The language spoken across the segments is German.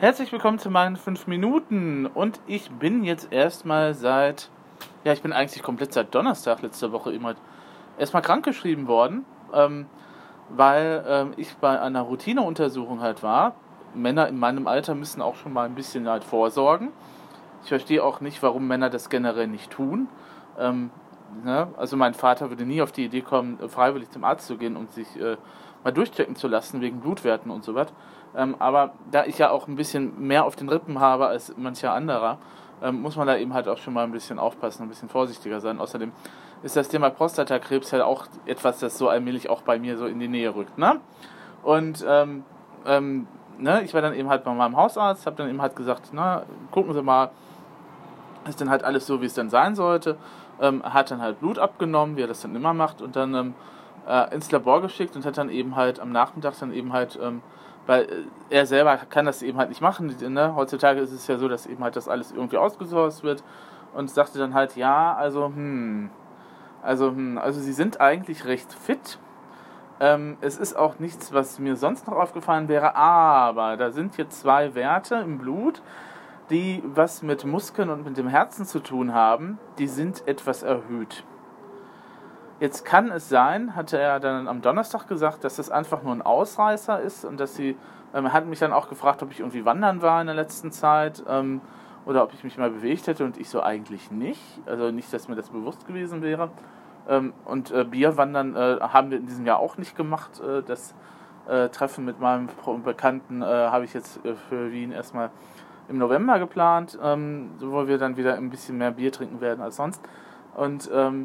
Herzlich willkommen zu meinen 5 Minuten und ich bin jetzt erstmal ich bin eigentlich komplett seit Donnerstag letzte Woche immer erstmal krankgeschrieben worden, weil ich bei einer Routineuntersuchung halt war. Männer in meinem Alter müssen auch schon mal ein bisschen halt vorsorgen. Ich verstehe auch nicht, warum Männer das generell nicht tun. Also mein Vater würde nie auf die Idee kommen, freiwillig zum Arzt zu gehen und sich mal durchchecken zu lassen wegen Blutwerten und so was. Aber da ich ja auch ein bisschen mehr auf den Rippen habe als mancher anderer, muss man da eben halt auch schon mal ein bisschen aufpassen, ein bisschen vorsichtiger sein. Außerdem ist das Thema Prostatakrebs ja auch etwas, das so allmählich auch bei mir so in die Nähe rückt. Ne? Und ich war dann eben halt bei meinem Hausarzt, habe dann eben halt gesagt, na, gucken Sie mal, ist dann halt alles so, wie es dann sein sollte. Hat dann halt Blut abgenommen, wie er das dann immer macht, und dann ins Labor geschickt und hat dann eben halt am Nachmittag dann eben halt, weil er selber kann das eben halt nicht machen. Ne? Heutzutage ist es ja so, dass eben halt das alles irgendwie ausgesourcet wird, und sagte dann halt, ja, also Sie sind eigentlich recht fit. Es ist auch nichts, was mir sonst noch aufgefallen wäre, aber da sind jetzt 2 Werte im Blut, die was mit Muskeln und mit dem Herzen zu tun haben, die sind etwas erhöht. Jetzt kann es sein, hatte er dann am Donnerstag gesagt, dass das einfach nur ein Ausreißer ist und dass er hat mich dann auch gefragt, ob ich irgendwie wandern war in der letzten Zeit oder ob ich mich mal bewegt hätte, und ich so eigentlich nicht, also nicht, dass mir das bewusst gewesen wäre. Bierwandern haben wir in diesem Jahr auch nicht gemacht. Das Treffen mit meinem Bekannten habe ich jetzt für Wien erstmal im November geplant, wo wir dann wieder ein bisschen mehr Bier trinken werden als sonst. Und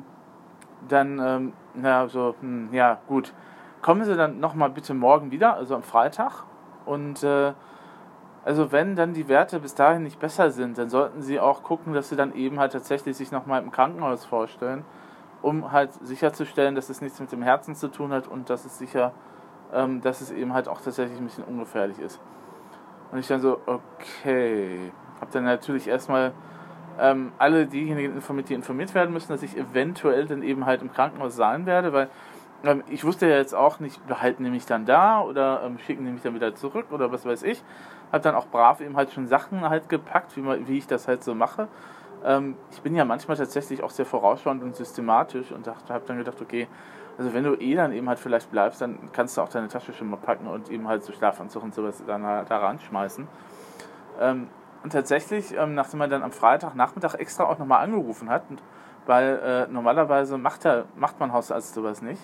gut. Kommen Sie dann nochmal bitte morgen wieder, also am Freitag. Und also wenn dann die Werte bis dahin nicht besser sind, dann sollten Sie auch gucken, dass Sie dann eben halt tatsächlich sich nochmal im Krankenhaus vorstellen, um halt sicherzustellen, dass es nichts mit dem Herzen zu tun hat und dass es dass es eben halt auch tatsächlich ein bisschen ungefährlich ist. Und ich dann so, okay. Hab dann natürlich erstmal alle diejenigen informiert, die informiert werden müssen, dass ich eventuell dann eben halt im Krankenhaus sein werde, weil ich wusste ja jetzt auch nicht, behalten die mich dann da oder schicken die mich dann wieder zurück oder was weiß ich. Hab dann auch brav eben halt schon Sachen halt gepackt, wie ich das halt so mache. Ich bin ja manchmal tatsächlich auch sehr vorausschauend und systematisch und habe dann gedacht, okay, also wenn du dann eben halt vielleicht bleibst, dann kannst du auch deine Tasche schon mal packen und eben halt so Schlafanzug und sowas da ranschmeißen. Und tatsächlich, nachdem er dann am Freitagnachmittag extra auch nochmal angerufen hat, weil normalerweise macht man Hausarzt sowas nicht,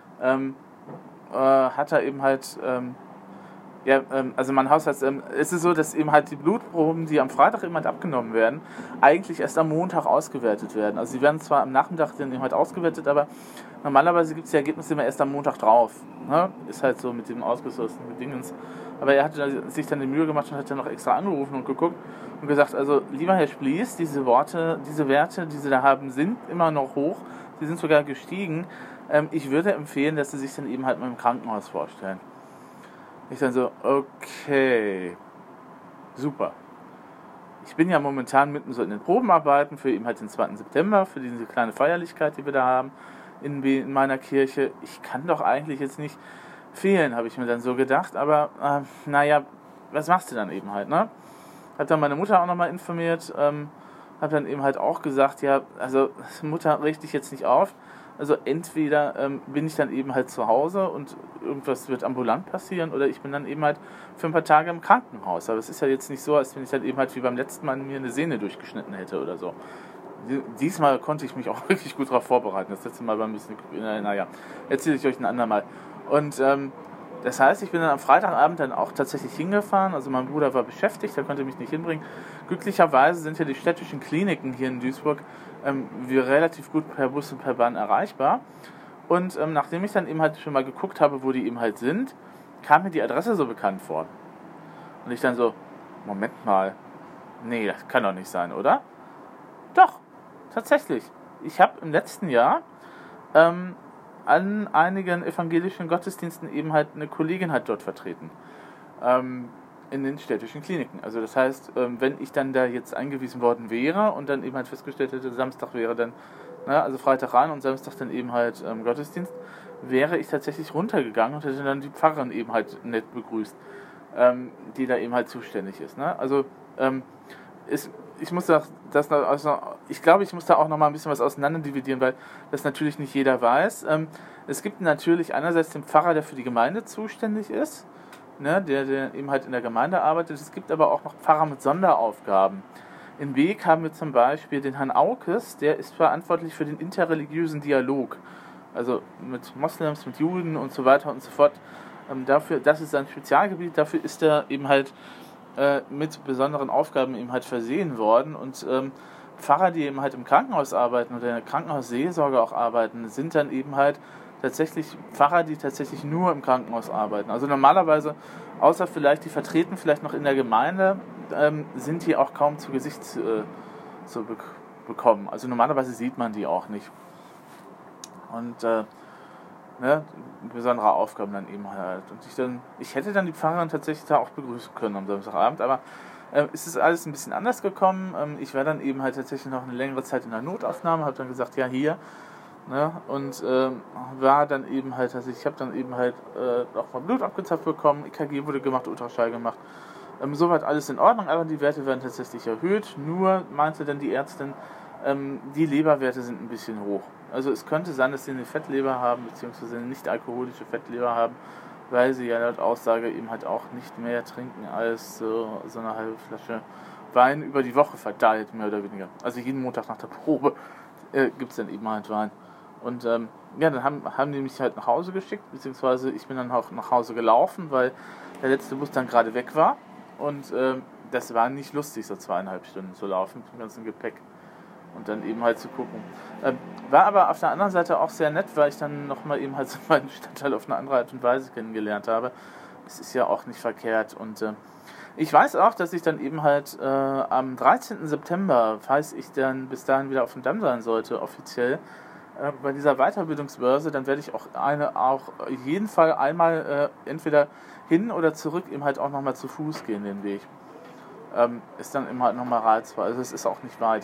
hat er eben halt, also mein Hausarzt, es ist so, dass eben halt die Blutproben, die am Freitag eben halt abgenommen werden, eigentlich erst am Montag ausgewertet werden. Also sie werden zwar am Nachmittag dann eben halt ausgewertet, aber normalerweise gibt es die Ergebnisse immer erst am Montag drauf. Ne? Ist halt so mit dem ausgesourceten Dingens. Aber er hatte sich dann die Mühe gemacht und hat dann noch extra angerufen und geguckt und gesagt, also lieber Herr Splies, diese Werte, die Sie da haben, sind immer noch hoch, sie sind sogar gestiegen. Ich würde empfehlen, dass Sie sich dann eben halt mal im Krankenhaus vorstellen. Ich dann so, okay, super. Ich bin ja momentan mitten so in den Probenarbeiten für eben halt den 2. September, für diese kleine Feierlichkeit, die wir da haben in meiner Kirche. Ich kann doch eigentlich jetzt nicht fehlen, habe ich mir dann so gedacht, aber was machst du dann eben halt, ne? Hab dann meine Mutter auch nochmal informiert, hab dann eben halt auch gesagt, ja, also Mutter, richte dich jetzt nicht auf, also entweder bin ich dann eben halt zu Hause und irgendwas wird ambulant passieren, oder ich bin dann eben halt für ein paar Tage im Krankenhaus, aber es ist ja jetzt nicht so, als wenn ich dann eben halt wie beim letzten Mal mir eine Sehne durchgeschnitten hätte oder so. Diesmal konnte ich mich auch wirklich gut darauf vorbereiten, das letzte Mal war ein bisschen, erzähle ich euch ein andermal. Und das heißt, ich bin dann am Freitagabend dann auch tatsächlich hingefahren. Also mein Bruder war beschäftigt, der konnte mich nicht hinbringen. Glücklicherweise sind ja die städtischen Kliniken hier in Duisburg relativ gut per Bus und per Bahn erreichbar. Und nachdem ich dann eben halt schon mal geguckt habe, wo die eben halt sind, kam mir die Adresse so bekannt vor. Und ich dann so, Moment mal, nee, das kann doch nicht sein, oder? Doch, tatsächlich. Ich habe im letzten Jahr an einigen evangelischen Gottesdiensten eben halt eine Kollegin halt dort vertreten. In den städtischen Kliniken. Also das heißt, wenn ich dann da jetzt eingewiesen worden wäre und dann eben halt festgestellt hätte, Samstag wäre dann, also Freitag rein und Samstag dann eben halt Gottesdienst, wäre ich tatsächlich runtergegangen und hätte dann die Pfarrerin eben halt nett begrüßt. die da eben halt zuständig ist. Ne? Also ich muss ich glaube, ich muss da auch noch mal ein bisschen was auseinander dividieren, weil das natürlich nicht jeder weiß. Es gibt natürlich einerseits den Pfarrer, der für die Gemeinde zuständig ist, ne, der eben halt in der Gemeinde arbeitet. Es gibt aber auch noch Pfarrer mit Sonderaufgaben. In Beek haben wir zum Beispiel den Herrn Aukes, der ist verantwortlich für den interreligiösen Dialog. Also mit Moslems, mit Juden und so weiter und so fort. Das ist sein Spezialgebiet, dafür ist er eben halt mit besonderen Aufgaben eben halt versehen worden. Und Pfarrer, die eben halt im Krankenhaus arbeiten oder in der Krankenhausseelsorge auch arbeiten, sind dann eben halt tatsächlich Pfarrer, die tatsächlich nur im Krankenhaus arbeiten. Also normalerweise, außer vielleicht, die vertreten vielleicht noch in der Gemeinde, sind die auch kaum zu Gesicht zu bekommen. Also normalerweise sieht man die auch nicht. Und besondere Aufgaben dann eben halt. Und ich hätte dann die Pfarrerin tatsächlich da auch begrüßen können am Samstagabend, aber es ist alles ein bisschen anders gekommen. Ich war dann eben halt tatsächlich noch eine längere Zeit in der Notaufnahme, habe dann gesagt, ja hier, ne, und war dann eben halt, also ich habe dann eben halt auch mal Blut abgezapft bekommen, EKG wurde gemacht, Ultraschall gemacht. Soweit alles in Ordnung, aber die Werte werden tatsächlich erhöht. Nur meinte dann die Ärztin, die Leberwerte sind ein bisschen hoch. Also es könnte sein, dass sie eine Fettleber haben, beziehungsweise eine nicht alkoholische Fettleber haben, weil sie ja laut Aussage eben halt auch nicht mehr trinken als so eine halbe Flasche Wein über die Woche verteilt, mehr oder weniger. Also jeden Montag nach der Probe gibt es dann eben halt Wein. Und dann haben die mich halt nach Hause geschickt, beziehungsweise ich bin dann auch nach Hause gelaufen, weil der letzte Bus dann gerade weg war. Und das war nicht lustig, so 2,5 Stunden zu laufen mit dem ganzen Gepäck. Und dann eben halt zu gucken. War aber auf der anderen Seite auch sehr nett, weil ich dann nochmal eben halt so meinen Stadtteil auf eine andere Art und Weise kennengelernt habe. Das ist ja auch nicht verkehrt. Und ich weiß auch, dass ich dann eben halt am 13. September, falls ich dann bis dahin wieder auf dem Damm sein sollte, offiziell, bei dieser Weiterbildungsbörse, dann werde ich auch jeden Fall einmal entweder hin oder zurück eben halt auch nochmal zu Fuß gehen, den Weg. Ist dann eben halt nochmal reizvoll. Also es ist auch nicht weit.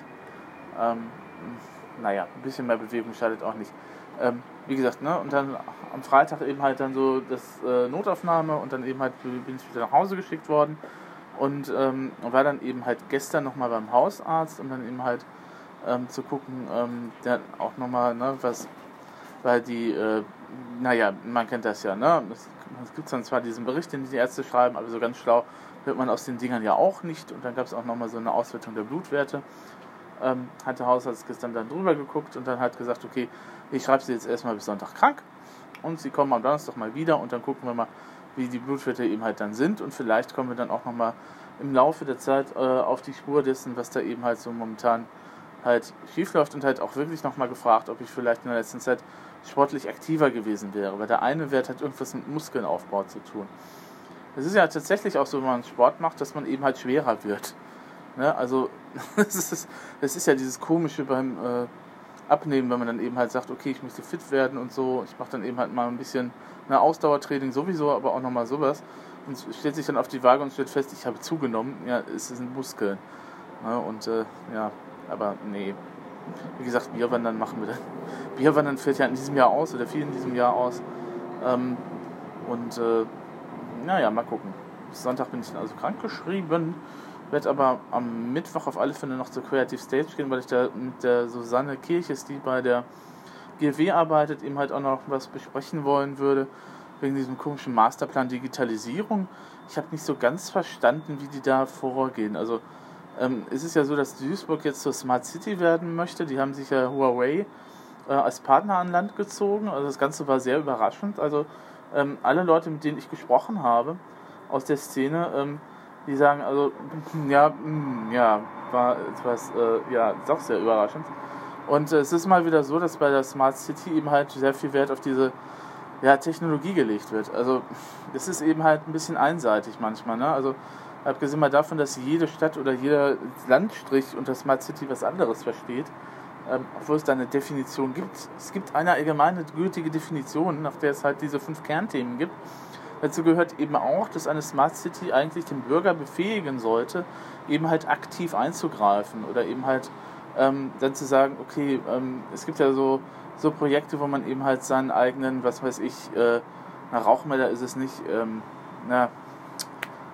Ein bisschen mehr Bewegung schadet auch nicht. Wie gesagt, ne, und dann am Freitag eben halt dann so das Notaufnahme und dann eben halt bin ich wieder nach Hause geschickt worden und war dann eben halt gestern nochmal beim Hausarzt, um dann eben halt zu gucken, der auch nochmal, ne, weil die, man kennt das ja, ne, es gibt dann zwar diesen Bericht, den die Ärzte schreiben, aber so ganz schlau wird man aus den Dingern ja auch nicht und dann gab es auch nochmal so eine Auswertung der Blutwerte. Hat der Hausarzt gestern dann drüber geguckt und dann hat gesagt, okay, ich schreibe sie jetzt erstmal bis Sonntag krank und sie kommen am Donnerstag mal wieder und dann gucken wir mal, wie die Blutwerte eben halt dann sind und vielleicht kommen wir dann auch nochmal im Laufe der Zeit auf die Spur dessen, was da eben halt so momentan halt schief läuft und halt auch wirklich nochmal gefragt, ob ich vielleicht in der letzten Zeit sportlich aktiver gewesen wäre, weil der eine Wert hat irgendwas mit Muskelaufbau zu tun. Es ist ja tatsächlich auch so, wenn man Sport macht, dass man eben halt schwerer wird. Ne? Also das ist ja dieses Komische beim Abnehmen, wenn man dann eben halt sagt, okay, ich möchte fit werden und so. Ich mache dann eben halt mal ein bisschen Ausdauertraining sowieso, aber auch nochmal sowas. Und stellt sich dann auf die Waage und stellt fest, ich habe zugenommen. Ja, es sind Muskeln. Ne? Und aber nee. Wie gesagt, Bierwandern machen wir dann. Bierwandern fällt ja in diesem Jahr aus oder fiel in diesem Jahr aus. Mal gucken. Bis Sonntag bin ich dann also krankgeschrieben. Werde aber am Mittwoch auf alle Fälle noch zur Creative Stage gehen, weil ich da mit der Susanne Kirches, die bei der GW arbeitet, eben halt auch noch was besprechen wollen würde, wegen diesem komischen Masterplan Digitalisierung. Ich habe nicht so ganz verstanden, wie die da vorgehen. Also es ist ja so, dass Duisburg jetzt zur Smart City werden möchte. Die haben sich ja Huawei als Partner an Land gezogen. Also das Ganze war sehr überraschend. Also alle Leute, mit denen ich gesprochen habe aus der Szene, die sagen, also, war etwas, doch sehr überraschend. Und es ist mal wieder so, dass bei der Smart City eben halt sehr viel Wert auf diese Technologie gelegt wird. Also, das ist eben halt ein bisschen einseitig manchmal, ne? Also, abgesehen mal davon, dass jede Stadt oder jeder Landstrich unter Smart City was anderes versteht, obwohl es da eine Definition gibt. Es gibt eine allgemeine gültige Definition, nach der es halt diese 5 Kernthemen gibt. Dazu gehört eben auch, dass eine Smart City eigentlich den Bürger befähigen sollte, eben halt aktiv einzugreifen oder eben halt dann zu sagen, okay, es gibt ja so Projekte, wo man eben halt seinen eigenen, was weiß ich, Rauchmelder ist es nicht,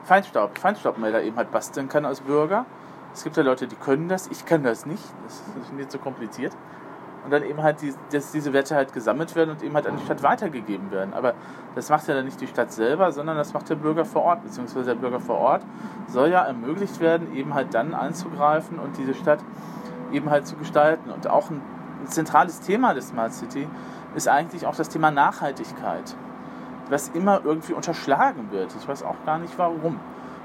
Feinstaubmelder eben halt basteln kann als Bürger. Es gibt ja Leute, die können das, ich kann das nicht, das ist nicht so kompliziert. Und dann eben halt, dass diese Werte halt gesammelt werden und eben halt an die Stadt weitergegeben werden. Aber das macht ja dann nicht die Stadt selber, sondern das macht der Bürger vor Ort, beziehungsweise der Bürger vor Ort soll ja ermöglicht werden, eben halt dann einzugreifen und diese Stadt eben halt zu gestalten. Und auch ein zentrales Thema des Smart City ist eigentlich auch das Thema Nachhaltigkeit, was immer irgendwie unterschlagen wird. Ich weiß auch gar nicht warum.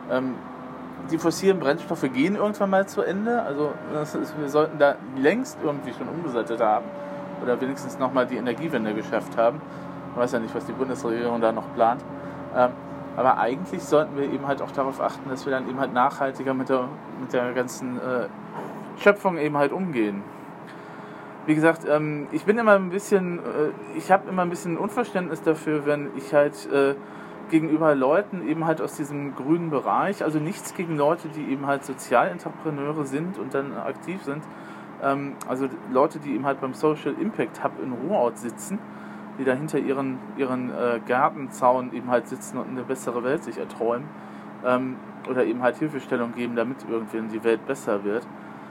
Die fossilen Brennstoffe gehen irgendwann mal zu Ende. Also wir sollten da längst irgendwie schon umgesetzt haben oder wenigstens nochmal die Energiewende geschafft haben. Ich weiß ja nicht, was die Bundesregierung da noch plant. Aber eigentlich sollten wir eben halt auch darauf achten, dass wir dann eben halt nachhaltiger mit der ganzen Schöpfung eben halt umgehen. Wie gesagt, ich habe immer ein bisschen Unverständnis dafür, wenn ich halt gegenüber Leuten eben halt aus diesem grünen Bereich, also nichts gegen Leute, die eben halt Sozialentreprenneure sind und dann aktiv sind, also Leute, die eben halt beim Social Impact Hub in Ruhrort sitzen, die da hinter ihren Gartenzaun eben halt sitzen und eine bessere Welt sich erträumen, oder eben halt Hilfestellung geben, damit irgendwie die Welt besser wird.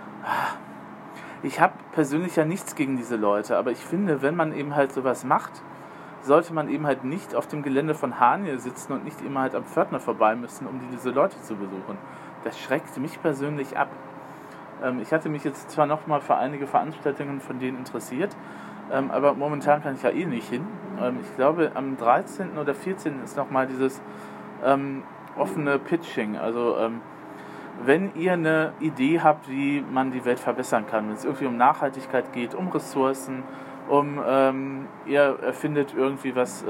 Ich habe persönlich ja nichts gegen diese Leute, aber ich finde, wenn man eben halt sowas macht, sollte man eben halt nicht auf dem Gelände von Haniel sitzen und nicht immer halt am Pförtner vorbei müssen, um diese Leute zu besuchen. Das schreckt mich persönlich ab. Ich hatte mich jetzt zwar nochmal für einige Veranstaltungen von denen interessiert, aber momentan kann ich ja eh nicht hin. Ich glaube, am 13. oder 14. ist nochmal dieses offene Pitching. Also wenn ihr eine Idee habt, wie man die Welt verbessern kann, wenn es irgendwie um Nachhaltigkeit geht, um Ressourcen, ihr erfindet irgendwie was,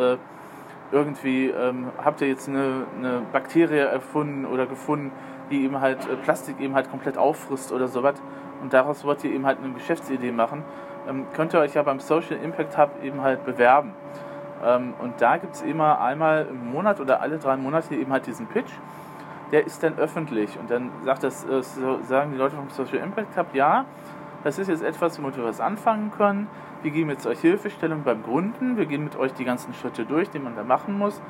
habt ihr jetzt eine Bakterie erfunden oder gefunden, die eben halt Plastik eben halt komplett auffrisst oder sowas und daraus wollt ihr eben halt eine Geschäftsidee machen, könnt ihr euch ja beim Social Impact Hub eben halt bewerben. Und da gibt es immer einmal im Monat oder alle 3 Monate eben halt diesen Pitch, der ist dann öffentlich und dann sagen die Leute vom Social Impact Hub, ja, das ist jetzt etwas, womit wir was anfangen können. Wir geben jetzt euch Hilfestellung beim Gründen, wir gehen mit euch die ganzen Schritte durch, die man da machen muss,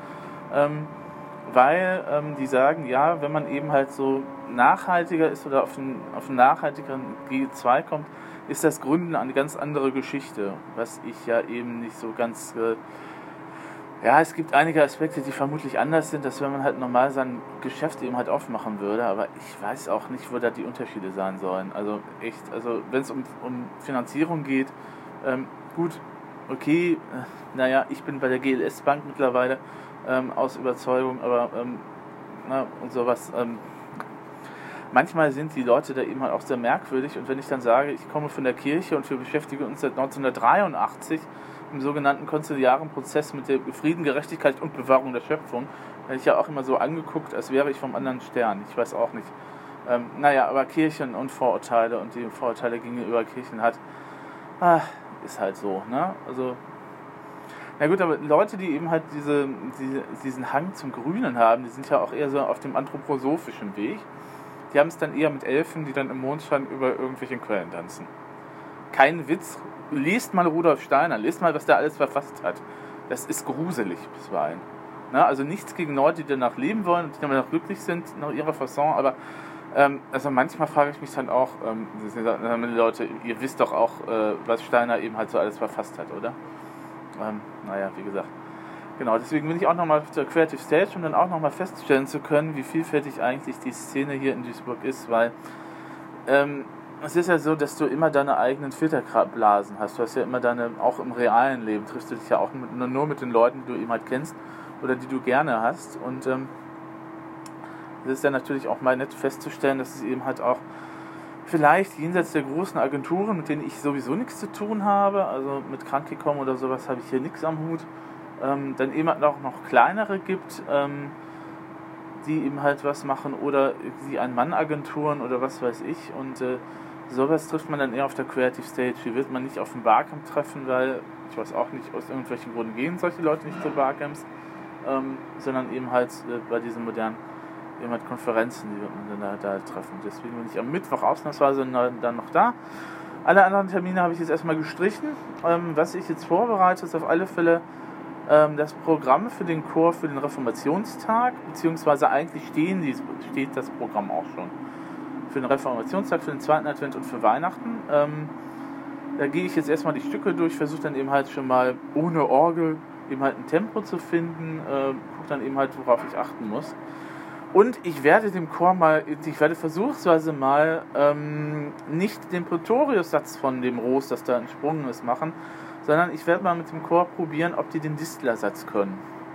weil die sagen, ja, wenn man eben halt so nachhaltiger ist oder auf einen nachhaltigeren G2 kommt, ist das Gründen eine ganz andere Geschichte, was ich ja eben nicht so ganz... es gibt einige Aspekte, die vermutlich anders sind, als wenn man halt normal sein Geschäft eben halt aufmachen würde, aber ich weiß auch nicht, wo da die Unterschiede sein sollen. Also echt, wenn es um Finanzierung geht, gut, okay, ich bin bei der GLS Bank mittlerweile aus Überzeugung, aber und sowas. Manchmal sind die Leute da eben halt auch sehr merkwürdig und wenn ich dann sage, ich komme von der Kirche und wir beschäftigen uns seit 1983 im sogenannten konziliaren Prozess mit der Frieden, Gerechtigkeit und Bewahrung der Schöpfung, werde ich ja auch immer so angeguckt, als wäre ich vom anderen Stern. Ich weiß auch nicht. Aber Kirchen und Vorurteile und die Vorurteile gegenüber Kirchen hat, ist halt so, ne? Also, na gut, aber Leute, die eben halt diesen Hang zum Grünen haben, die sind ja auch eher so auf dem anthroposophischen Weg. Die haben es dann eher mit Elfen, die dann im Mondschein über irgendwelche Quellen tanzen. Kein Witz. Lest mal Rudolf Steiner, lest mal, was der alles verfasst hat. Das ist gruselig bisweilen. Na, also nichts gegen Leute, die danach leben wollen und die danach glücklich sind, nach ihrer Fasson, aber manchmal frage ich mich dann auch, die Leute, ihr wisst doch auch, was Steiner eben halt so alles verfasst hat, oder? Wie gesagt. Genau, deswegen bin ich auch nochmal auf der Creative Stage, um dann auch nochmal feststellen zu können, wie vielfältig eigentlich die Szene hier in Duisburg ist, weil es ist ja so, dass du immer deine eigenen Filterblasen hast. Du hast ja immer auch im realen Leben triffst du dich ja auch nur mit den Leuten, die du eben halt kennst oder die du gerne hast. Und es ist ja natürlich auch mal nett festzustellen, dass es eben halt auch vielleicht jenseits der großen Agenturen, mit denen ich sowieso nichts zu tun habe, also mit Krankekom oder sowas habe ich hier nichts am Hut, dann eben halt auch noch kleinere gibt, die eben halt was machen oder die Ein-Mann-Agenturen oder was weiß ich und sowas trifft man dann eher auf der Creative Stage. Hier wird man nicht auf dem Barcamp treffen, weil, ich weiß auch nicht, aus irgendwelchen Gründen gehen solche Leute nicht zu Barcamps, sondern eben halt bei diesen modernen eben halt Konferenzen, die wird man dann da treffen. Deswegen bin ich am Mittwoch ausnahmsweise dann noch da. Alle anderen Termine habe ich jetzt erstmal gestrichen. Was ich jetzt vorbereite, ist auf alle Fälle das Programm für den Chor für den Reformationstag, beziehungsweise eigentlich steht das Programm auch schon. Für den Reformationstag, für den zweiten Advent und für Weihnachten. Da gehe ich jetzt erstmal die Stücke durch, versuche dann eben halt schon mal ohne Orgel eben halt ein Tempo zu finden, gucke dann eben halt, worauf ich achten muss. Und ich werde dem Chor versuchsweise mal nicht den Pretorius-Satz von dem Ros, das da entsprungen ist, machen, sondern ich werde mal mit dem Chor probieren, ob die den Distler-Satz können.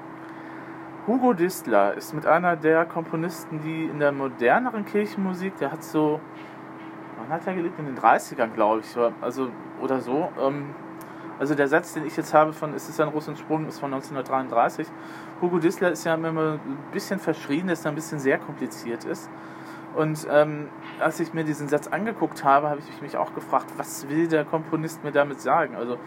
Hugo Distler ist mit einer der Komponisten, die in der moderneren Kirchenmusik, der hat so, wann hat er gelebt? In den 30ern, glaube ich, oder so. Also der Satz, den ich jetzt habe von Es ist ein Ros entsprungen, ist von 1933. Hugo Distler ist ja immer ein bisschen verschrien, dass er ein bisschen sehr kompliziert ist. Und als ich mir diesen Satz angeguckt habe, habe ich mich auch gefragt, was will der Komponist mir damit sagen? Also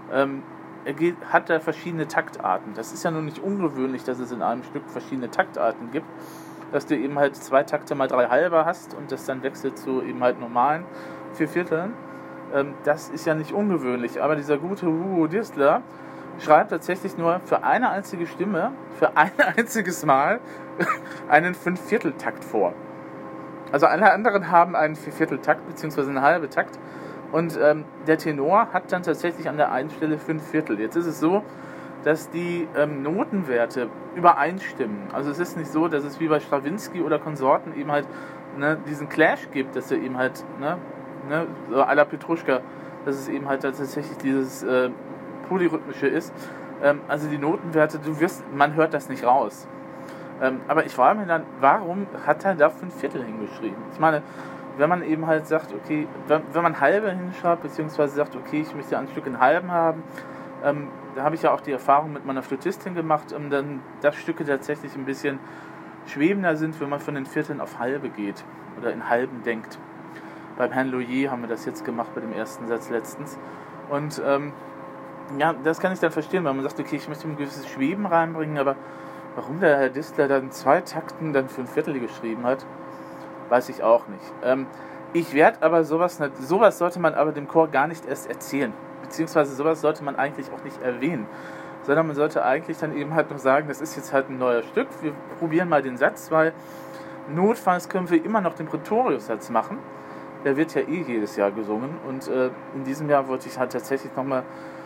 hat da verschiedene Taktarten. Das ist ja nun nicht ungewöhnlich, dass es in einem Stück verschiedene Taktarten gibt. Dass du eben halt 2 Takte mal 3 halber hast und das dann wechselt zu eben halt normalen 4 Vierteln. Das ist ja nicht ungewöhnlich. Aber dieser gute Hugo Distler schreibt tatsächlich nur für eine einzige Stimme, für ein einziges Mal einen 5/4-Takt vor. Also alle anderen haben einen 4/4-Takt bzw. einen halben Takt. Und der Tenor hat dann tatsächlich an der einen Stelle 5/4. Jetzt ist es so, dass die Notenwerte übereinstimmen. Also es ist nicht so, dass es wie bei Stravinsky oder Konsorten eben halt diesen Clash gibt, dass er eben halt, so à la Petruschka, dass es eben halt tatsächlich dieses Polyrhythmische ist. Also die Notenwerte, man hört das nicht raus. Aber ich frage mich dann, warum hat er da 5/4 hingeschrieben? Ich meine, wenn man eben halt sagt, okay, wenn man halbe hinschreibt, beziehungsweise sagt, okay, ich möchte ein Stück in halben haben, da habe ich ja auch die Erfahrung mit meiner Flötistin gemacht, dann, dass Stücke tatsächlich ein bisschen schwebender sind, wenn man von den Vierteln auf halbe geht oder in halben denkt. Beim Herrn Loyer haben wir das jetzt gemacht, bei dem ersten Satz letztens. Und ja, das kann ich dann verstehen, weil man sagt, okay, ich möchte ein gewisses Schweben reinbringen, aber warum der Herr Distler dann 2 Takten dann 5/4 geschrieben hat, weiß ich auch nicht. Ich werde aber sowas sollte man aber dem Chor gar nicht erst erzählen, beziehungsweise sowas sollte man eigentlich auch nicht erwähnen, sondern man sollte eigentlich dann eben halt noch sagen, das ist jetzt halt ein neuer Stück, wir probieren mal den Satz, weil notfalls können wir immer noch den Pretorius-Satz machen, der wird ja jedes Jahr gesungen und in diesem Jahr wollte ich halt tatsächlich nochmal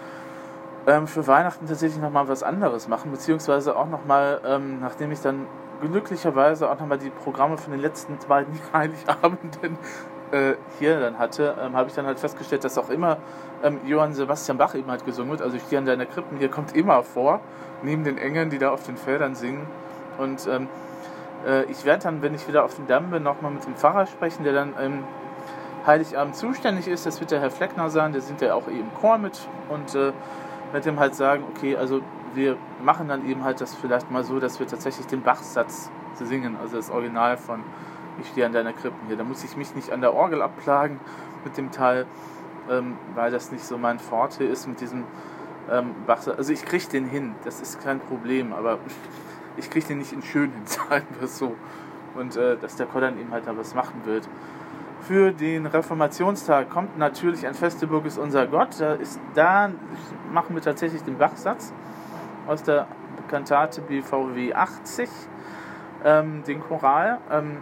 für Weihnachten tatsächlich nochmal was anderes machen, beziehungsweise auch nochmal, nachdem ich dann glücklicherweise auch nochmal die Programme von den letzten 2 Heiligabenden hier dann hatte, habe ich dann halt festgestellt, dass auch immer Johann Sebastian Bach eben halt gesungen wird. Also ich stehe an deiner Krippen, hier kommt immer vor, neben den Engeln, die da auf den Feldern singen. Und ich werde dann, wenn ich wieder auf den Damm bin, nochmal mit dem Pfarrer sprechen, der dann Heiligabend zuständig ist. Das wird der Herr Fleckner sein, der singt ja auch eben Chor mit und mit dem halt sagen, okay, also wir machen dann eben halt das vielleicht mal so, dass wir tatsächlich den Bach-Satz singen, also das Original von Ich stehe an deiner Krippen hier. Da muss ich mich nicht an der Orgel abplagen mit dem Teil, weil das nicht so mein Forte ist mit diesem Bach-Satz. Also ich kriege den hin, das ist kein Problem, aber ich kriege den nicht in schön hin, sagen wir es so. Und dass der Chor dann eben halt da was machen wird. Für den Reformationstag kommt natürlich ein Festeburg ist unser Gott. Da machen wir tatsächlich den Bach-Satz aus der Kantate BVW 80, den Choral.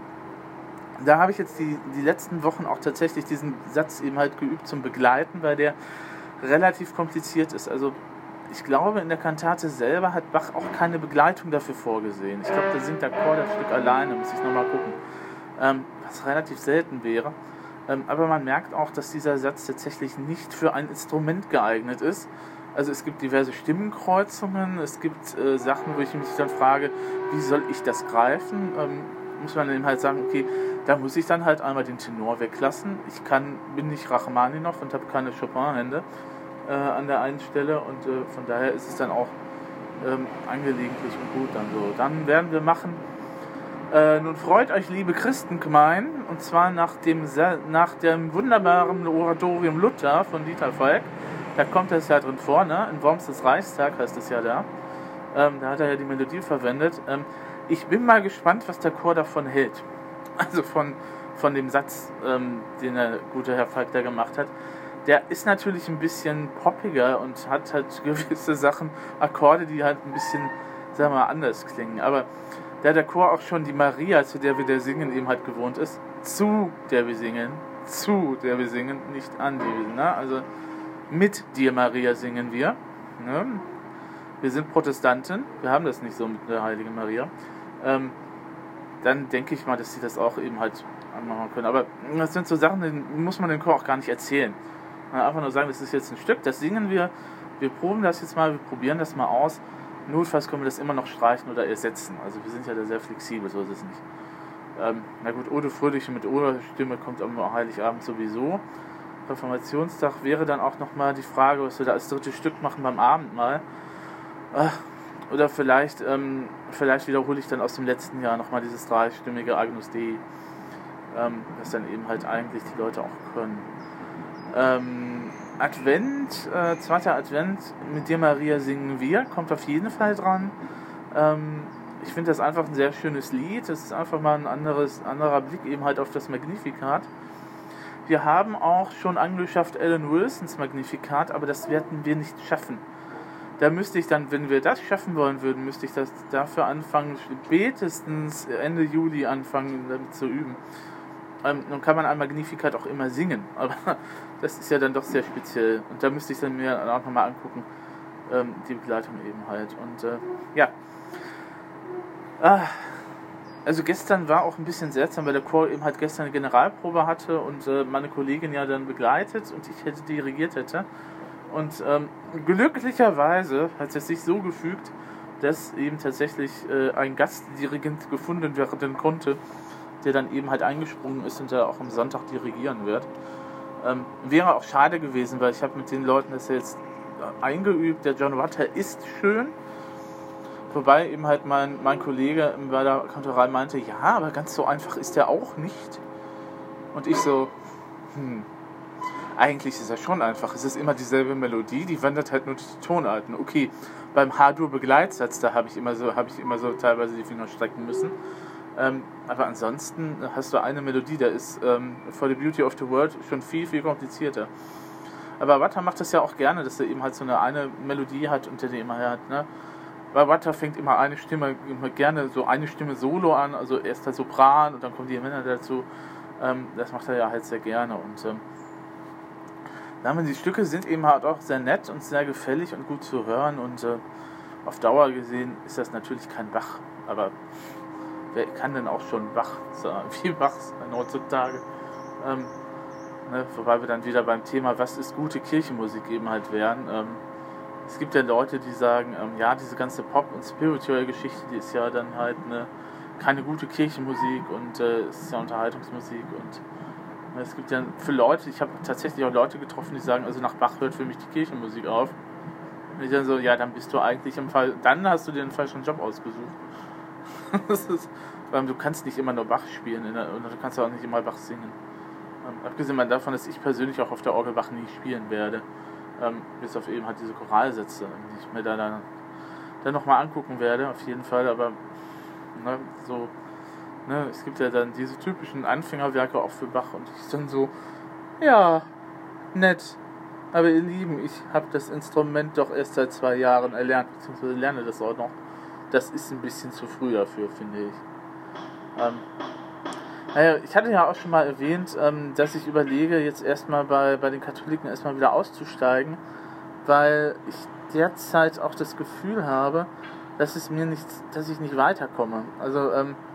Da habe ich jetzt die letzten Wochen auch tatsächlich diesen Satz eben halt geübt zum Begleiten, weil der relativ kompliziert ist. Also ich glaube, in der Kantate selber hat Bach auch keine Begleitung dafür vorgesehen. Ich glaube, da singt der Chor das Stück alleine, muss ich nochmal gucken. Was relativ selten wäre. Aber man merkt auch, dass dieser Satz tatsächlich nicht für ein Instrument geeignet ist. Also es gibt diverse Stimmenkreuzungen, es gibt Sachen, wo ich mich dann frage, wie soll ich das greifen? Muss man dann halt sagen, okay, da muss ich dann halt einmal den Tenor weglassen. Bin nicht Rachmaninow und habe keine Chopin-Hände an der einen Stelle und von daher ist es dann auch angelegentlich und gut dann so. Dann werden wir machen nun freut euch, liebe Christengemein, und zwar nach dem wunderbaren Oratorium Luther von Dieter Falk. Da kommt das ja drin vor, ne? In Worms des Reichstag heißt es ja da. Da hat er ja die Melodie verwendet. Ich bin mal gespannt, was der Chor davon hält. Also von dem Satz, den der gute Herr Falk da gemacht hat. der ist natürlich ein bisschen poppiger und hat halt gewisse Sachen, Akkorde, die halt ein bisschen, sagen wir mal, anders klingen. Aber da der Chor auch schon die Maria, zu der wir da singen, eben halt gewohnt ist, zu der wir singen, nicht an die wir singen. Ne? Also mit dir, Maria, singen wir. Ne? Wir sind Protestanten, wir haben das nicht so mit der Heiligen Maria. Dann denke ich mal, dass sie das auch eben halt anmachen können. Aber das sind so Sachen, die muss man dem Chor auch gar nicht erzählen. Man einfach nur sagen, das ist jetzt ein Stück, das singen wir proben das jetzt mal, wir probieren das mal aus. Notfalls können wir das immer noch streichen oder ersetzen. Also wir sind ja da sehr flexibel, so ist es nicht. Na gut, Ode Fröhliche mit Oder-Stimme kommt am Heiligabend sowieso. Reformationstag wäre dann auch nochmal die Frage, was wir da als drittes Stück machen beim Abendmahl. Oder vielleicht wiederhole ich dann aus dem letzten Jahr nochmal dieses dreistimmige Agnus Dei, das dann eben halt eigentlich die Leute auch können. Advent, zweiter Advent, mit dir Maria singen wir, kommt auf jeden Fall dran. Ich finde das einfach ein sehr schönes Lied, das ist einfach mal ein anderer Blick eben halt auf das Magnificat. Wir haben auch schon angeschafft Alan Wilsons Magnificat, aber das werden wir nicht schaffen. Da müsste ich dann, wenn wir das schaffen wollen würden, müsste ich das dafür anfangen, spätestens Ende Juli anfangen, damit zu üben. Nun kann man ein Magnificat auch immer singen, aber das ist ja dann doch sehr speziell. Und da müsste ich dann mir auch nochmal angucken, die Begleitung eben halt. Und ja. Also gestern war auch ein bisschen seltsam, weil der Chor eben halt gestern eine Generalprobe hatte und meine Kollegin ja dann begleitet und ich dirigiert hätte. Und glücklicherweise hat es sich so gefügt, dass eben tatsächlich ein Gastdirigent gefunden werden konnte, der dann eben halt eingesprungen ist und der auch am Sonntag dirigieren wird. Wäre auch schade gewesen, weil ich habe mit den Leuten das jetzt eingeübt. Der John Rutter ist schön, wobei eben halt mein Kollege bei der Kantorei meinte, ja, aber ganz so einfach ist der auch nicht. Und ich so, eigentlich ist er schon einfach. Es ist immer dieselbe Melodie, die wandert halt nur durch die Tonarten. Okay, beim H-Dur-Begleitsatz, da habe ich immer so teilweise die Finger strecken müssen. Aber ansonsten hast du eine Melodie, da ist For the Beauty of the World schon viel, viel komplizierter. Aber Rutter macht das ja auch gerne, dass er eben halt so eine Melodie hat, unter der immer hat, ne? Weil Rutter fängt immer gerne so eine Stimme solo an, also erst der Sopran und dann kommen die Männer dazu. Das macht er ja halt sehr gerne. Und die Stücke sind eben halt auch sehr nett und sehr gefällig und gut zu hören. Und auf Dauer gesehen ist das natürlich kein Bach, aber wer kann denn auch schon Bach sagen, wie Bach sein heutzutage? Wobei wir dann wieder beim Thema, was ist gute Kirchenmusik eben halt wären. Es gibt ja Leute, die sagen, ja, diese ganze Pop- und Spiritual-Geschichte, die ist ja dann halt keine gute Kirchenmusik und es ist ja Unterhaltungsmusik. Und es gibt ja für Leute, ich habe tatsächlich auch Leute getroffen, die sagen, also nach Bach hört für mich die Kirchenmusik auf. Und ich dann so, ja, dann bist du eigentlich dann hast du dir den falschen Job ausgesucht. Weil du kannst nicht immer nur Bach spielen und du kannst auch nicht immer Bach singen. Abgesehen davon, dass ich persönlich auch auf der Orgel Bach nie spielen werde. Bis auf eben halt diese Choralsätze, die ich mir dann nochmal angucken werde, auf jeden Fall. Aber es gibt ja dann diese typischen Anfängerwerke auch für Bach und ich dann so, ja, nett. Aber ihr Lieben, ich habe das Instrument doch erst seit 2 Jahren erlernt, beziehungsweise lerne das auch noch. Das ist ein bisschen zu früh dafür, finde ich. Ich hatte ja auch schon mal erwähnt, dass ich überlege, jetzt erstmal bei den Katholiken erstmal wieder auszusteigen, weil ich derzeit auch das Gefühl habe, dass ich nicht weiterkomme. Also,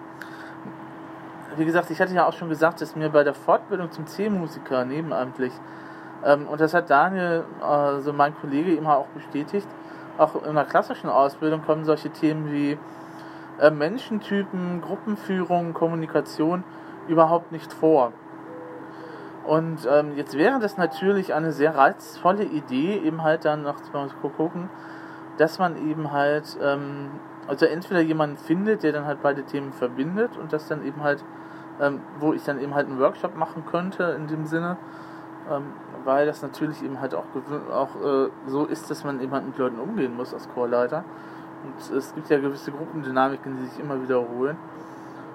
wie gesagt, ich hatte ja auch schon gesagt, dass mir bei der Fortbildung zum C-Musiker nebenamtlich, und das hat Daniel, also mein Kollege, immer auch bestätigt, auch in der klassischen Ausbildung kommen solche Themen wie Menschentypen, Gruppenführung, Kommunikation überhaupt nicht vor. Und jetzt wäre das natürlich eine sehr reizvolle Idee, eben halt dann noch zu gucken, dass man eben halt, also entweder jemanden findet, der dann halt beide Themen verbindet und das dann eben halt, wo ich dann eben halt einen Workshop machen könnte in dem Sinne, weil das natürlich eben halt auch so ist, dass man eben halt mit Leuten umgehen muss als Chorleiter. Und es gibt ja gewisse Gruppendynamiken, die sich immer wiederholen.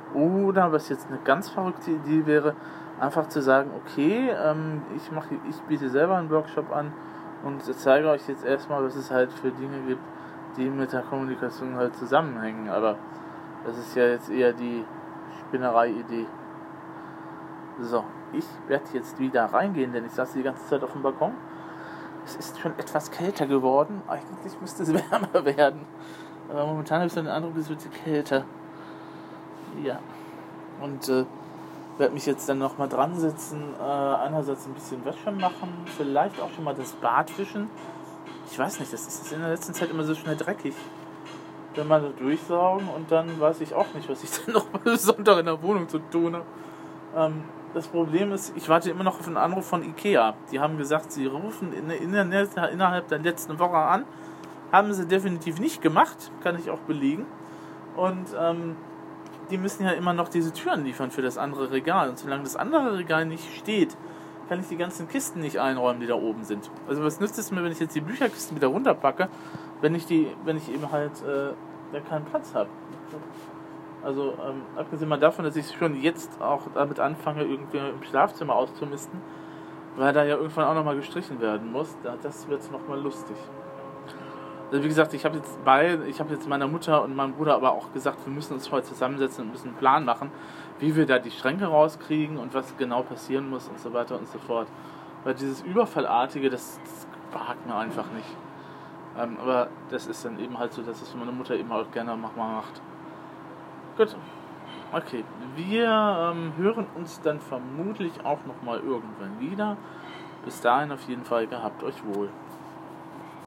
Oder was jetzt eine ganz verrückte Idee wäre, einfach zu sagen, okay, ich biete selber einen Workshop an und zeige euch jetzt erstmal, was es halt für Dinge gibt, die mit der Kommunikation halt zusammenhängen. Aber das ist ja jetzt eher die Spinnerei-Idee. So, ich werde jetzt wieder reingehen, denn ich saß die ganze Zeit auf dem Balkon. Es ist schon etwas kälter geworden. Eigentlich müsste es wärmer werden. Aber momentan habe ich so den Eindruck, es wird kälter. Ja. Und werde mich jetzt dann nochmal dran setzen. Einerseits ein bisschen Wäsche machen. Vielleicht auch schon mal das Bad wischen. Ich weiß nicht, das ist in der letzten Zeit immer so schnell dreckig. Wenn man da durchsaugen und dann weiß ich auch nicht, was ich dann noch mal Sonntag in der Wohnung zu tun habe. Das Problem ist, ich warte immer noch auf einen Anruf von Ikea. Die haben gesagt, sie rufen innerhalb der letzten Woche an. Haben sie definitiv nicht gemacht, kann ich auch belegen. Und die müssen ja immer noch diese Türen liefern für das andere Regal. Und solange das andere Regal nicht steht, kann ich die ganzen Kisten nicht einräumen, die da oben sind. Also was nützt es mir, wenn ich jetzt die Bücherkisten wieder runterpacke, wenn ich eben halt da keinen Platz habe. Also abgesehen mal davon, dass ich schon jetzt auch damit anfange, irgendwie im Schlafzimmer auszumisten, weil da ja irgendwann auch nochmal gestrichen werden muss. Das wird nochmal lustig. Also wie gesagt, ich habe jetzt meiner Mutter und meinem Bruder aber auch gesagt, wir müssen uns heute zusammensetzen und müssen einen Plan machen, wie wir da die Schränke rauskriegen und was genau passieren muss und so weiter und so fort. Weil dieses Überfallartige, das behagt mir einfach nicht. Aber das ist dann eben halt so, dass es meine Mutter eben auch gerne macht. Gut, okay. Wir hören uns dann vermutlich auch nochmal irgendwann wieder. Bis dahin auf jeden Fall, gehabt euch wohl.